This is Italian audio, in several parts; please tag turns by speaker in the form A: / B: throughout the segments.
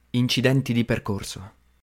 A: Incidenti di percorso.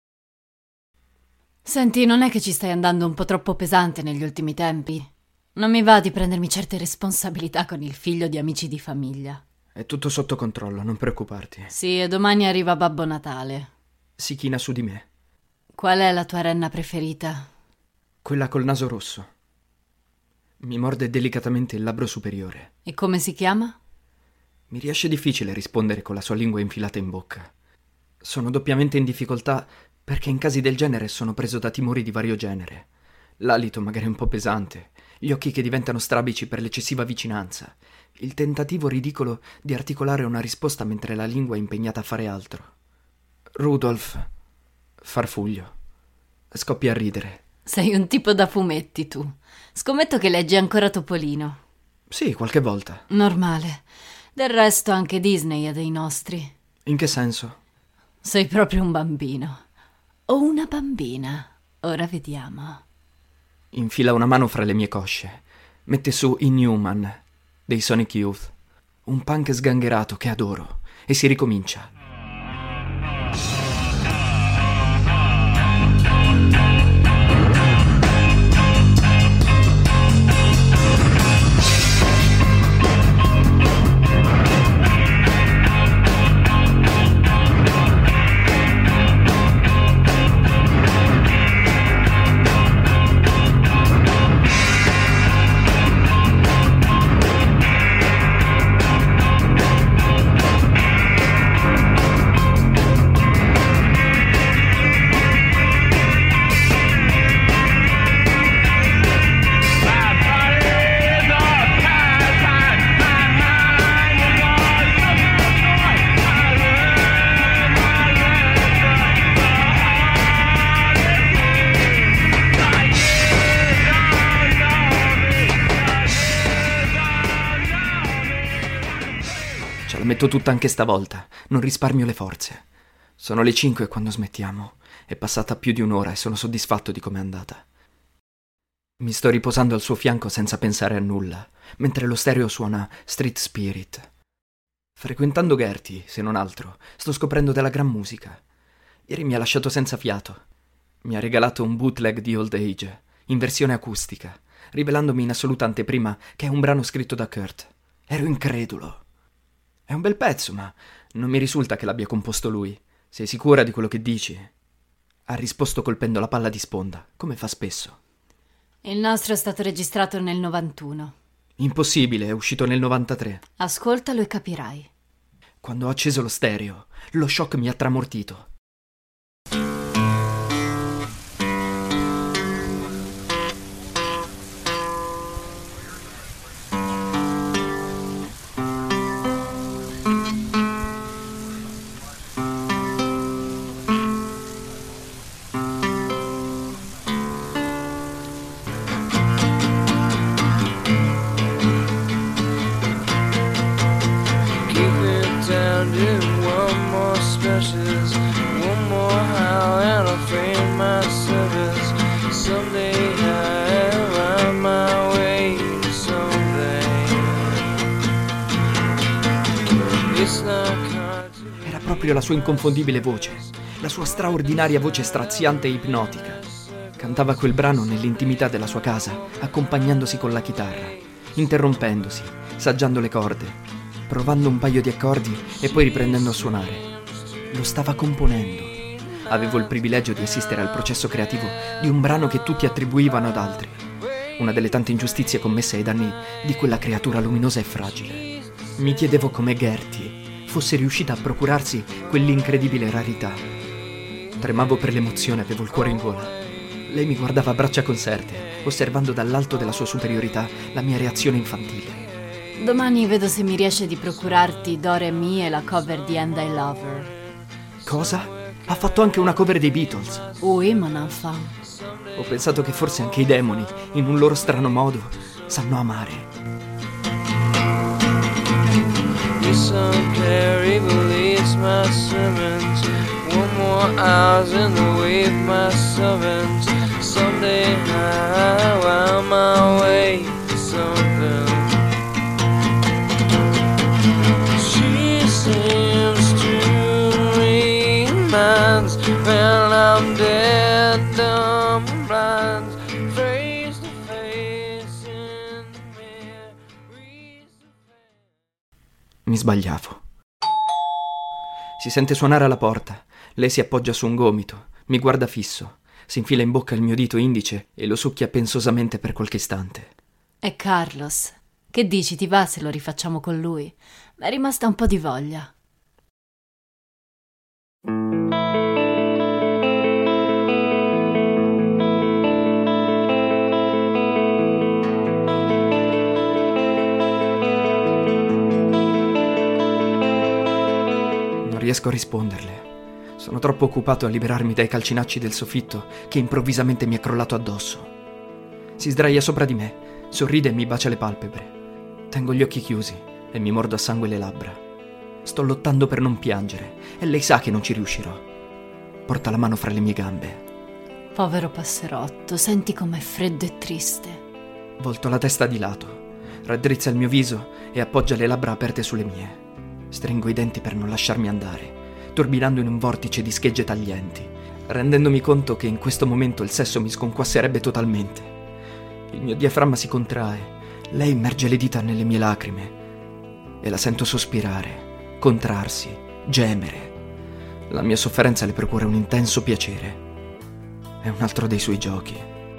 B: Senti, non è che ci stai andando un po' troppo pesante negli ultimi tempi? Non mi va di prendermi certe responsabilità con il figlio di amici di famiglia.
A: È tutto sotto controllo, non preoccuparti.
B: Sì, e domani arriva Babbo Natale.
A: Si china su di me.
B: Qual è la tua renna preferita?
A: Quella col naso rosso. Mi morde delicatamente il labbro superiore.
B: E come si chiama?
A: Mi riesce difficile rispondere con la sua lingua infilata in bocca. Sono doppiamente in difficoltà perché in casi del genere sono preso da timori di vario genere. L'alito magari un po' pesante, gli occhi che diventano strabici per l'eccessiva vicinanza, il tentativo ridicolo di articolare una risposta mentre la lingua è impegnata a fare altro. Rudolf, farfuglio, scoppia a ridere.
B: Sei un tipo da fumetti, tu. Scommetto che leggi ancora Topolino.
A: Sì, qualche volta.
B: Normale. Del resto anche Disney è dei nostri.
A: In che senso?
B: Sei proprio un bambino. O una bambina. Ora vediamo.
A: Infila una mano fra le mie cosce. Mette su Inhuman dei Sonic Youth. Un punk sgangherato che adoro. E si ricomincia. Ce la metto tutta anche stavolta, non risparmio le forze. Sono le 5 quando smettiamo. È passata più di un'ora e sono soddisfatto di com'è andata. Mi sto riposando al suo fianco senza pensare a nulla, mentre lo stereo suona Street Spirit. Frequentando Gertie, se non altro, sto scoprendo della gran musica. Ieri mi ha lasciato senza fiato. Mi ha regalato un bootleg di Old Age, in versione acustica, rivelandomi in assoluta anteprima che è un brano scritto da Kurt. Ero incredulo. È un bel pezzo, ma non mi risulta che l'abbia composto lui. Sei sicura di quello che dici? Ha risposto colpendo la palla di sponda, come fa spesso.
B: Il nostro è stato registrato nel 91.
A: Impossibile, è uscito nel 93.
B: Ascoltalo e capirai.
A: Quando ho acceso lo stereo, lo shock mi ha tramortito. Era proprio la sua inconfondibile voce, la sua straordinaria voce straziante e ipnotica. Cantava quel brano nell'intimità della sua casa, accompagnandosi con la chitarra, interrompendosi, saggiando le corde, provando un paio di accordi e poi riprendendo a suonare. Lo stava componendo. Avevo il privilegio di assistere al processo creativo di un brano che tutti attribuivano ad altri. Una delle tante ingiustizie commesse ai danni di quella creatura luminosa e fragile. Mi chiedevo come Gertie fosse riuscita a procurarsi quell'incredibile rarità. Tremavo per l'emozione, avevo il cuore in gola. Lei mi guardava a braccia conserte, osservando dall'alto della sua superiorità la mia reazione infantile.
B: Domani vedo se mi riesce di procurarti Do Re Mi e la cover di And I Love Her.
A: Cosa? Ha fatto anche una cover dei Beatles.
B: Oui, mon enfant.
A: Ho pensato che forse anche i demoni, in un loro strano modo, sanno amare.
C: Evil eats my sermons. One more hours in the wave, my servants. Someday I will my way to something. She seems to realize dead, dumb, and blind, face to face in the mirror.
A: Mi sbagliavo. Si sente suonare alla porta. Lei si appoggia su un gomito, mi guarda fisso, si infila in bocca il mio dito indice e lo succhia pensosamente per qualche istante.
B: È Carlos. Che dici, ti va se lo rifacciamo con lui? M'è rimasta un po' di voglia.
A: Non riesco a risponderle. Sono troppo occupato a liberarmi dai calcinacci del soffitto che improvvisamente mi è crollato addosso. Si sdraia sopra di me, sorride e mi bacia le palpebre. Tengo gli occhi chiusi e mi mordo a sangue le labbra. Sto lottando per non piangere e lei sa che non ci riuscirò. Porta la mano fra le mie gambe.
B: Povero passerotto, senti com'è freddo e triste.
A: Volto la testa di lato, raddrizza il mio viso e appoggia le labbra aperte sulle mie. Stringo i denti per non lasciarmi andare, turbinando in un vortice di schegge taglienti, rendendomi conto che in questo momento il sesso mi sconquasserebbe totalmente. Il mio diaframma si contrae, lei immerge le dita nelle mie lacrime e la sento sospirare, contrarsi, gemere. La mia sofferenza le procura un intenso piacere. È un altro dei suoi giochi.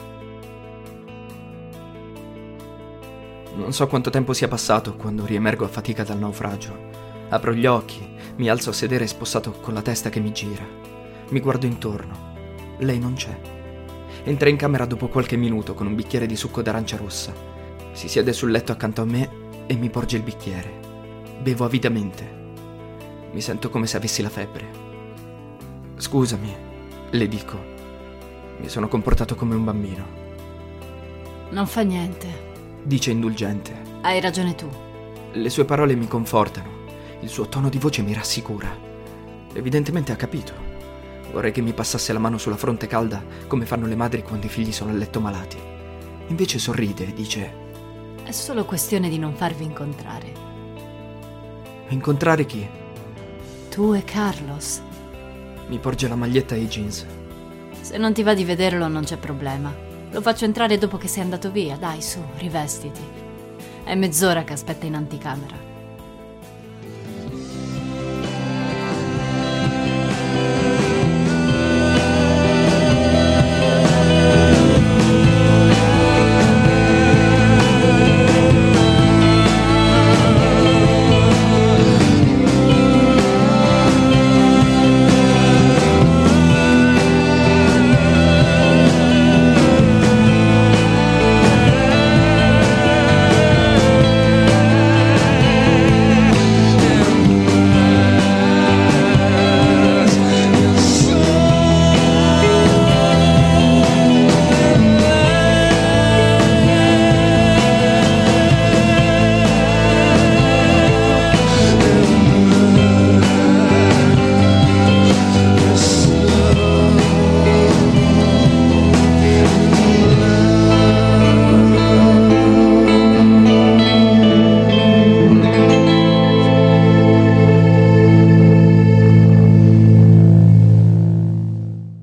A: Non so quanto tempo sia passato quando riemergo a fatica dal naufragio. Apro gli occhi, mi alzo a sedere spossato con la testa che mi gira. Mi guardo intorno. Lei non c'è. Entra in camera dopo qualche minuto con un bicchiere di succo d'arancia rossa. Si siede sul letto accanto a me e mi porge il bicchiere. Bevo avidamente. Mi sento come se avessi la febbre. Scusami, le dico. Mi sono comportato come un bambino.
B: Non fa niente.
A: Dice indulgente.
B: Hai ragione tu.
A: Le sue parole mi confortano. Il suo tono di voce mi rassicura. Evidentemente ha capito. Vorrei che mi passasse la mano sulla fronte calda come fanno le madri quando i figli sono a letto malati. Invece sorride e dice:
B: È solo questione di non farvi incontrare.
A: Incontrare chi?
B: Tu e Carlos.
A: Mi porge la maglietta e i jeans.
B: Se non ti va di vederlo non c'è problema. Lo faccio entrare dopo che sei andato via. Dai, su, rivestiti. È mezz'ora che aspetta in anticamera.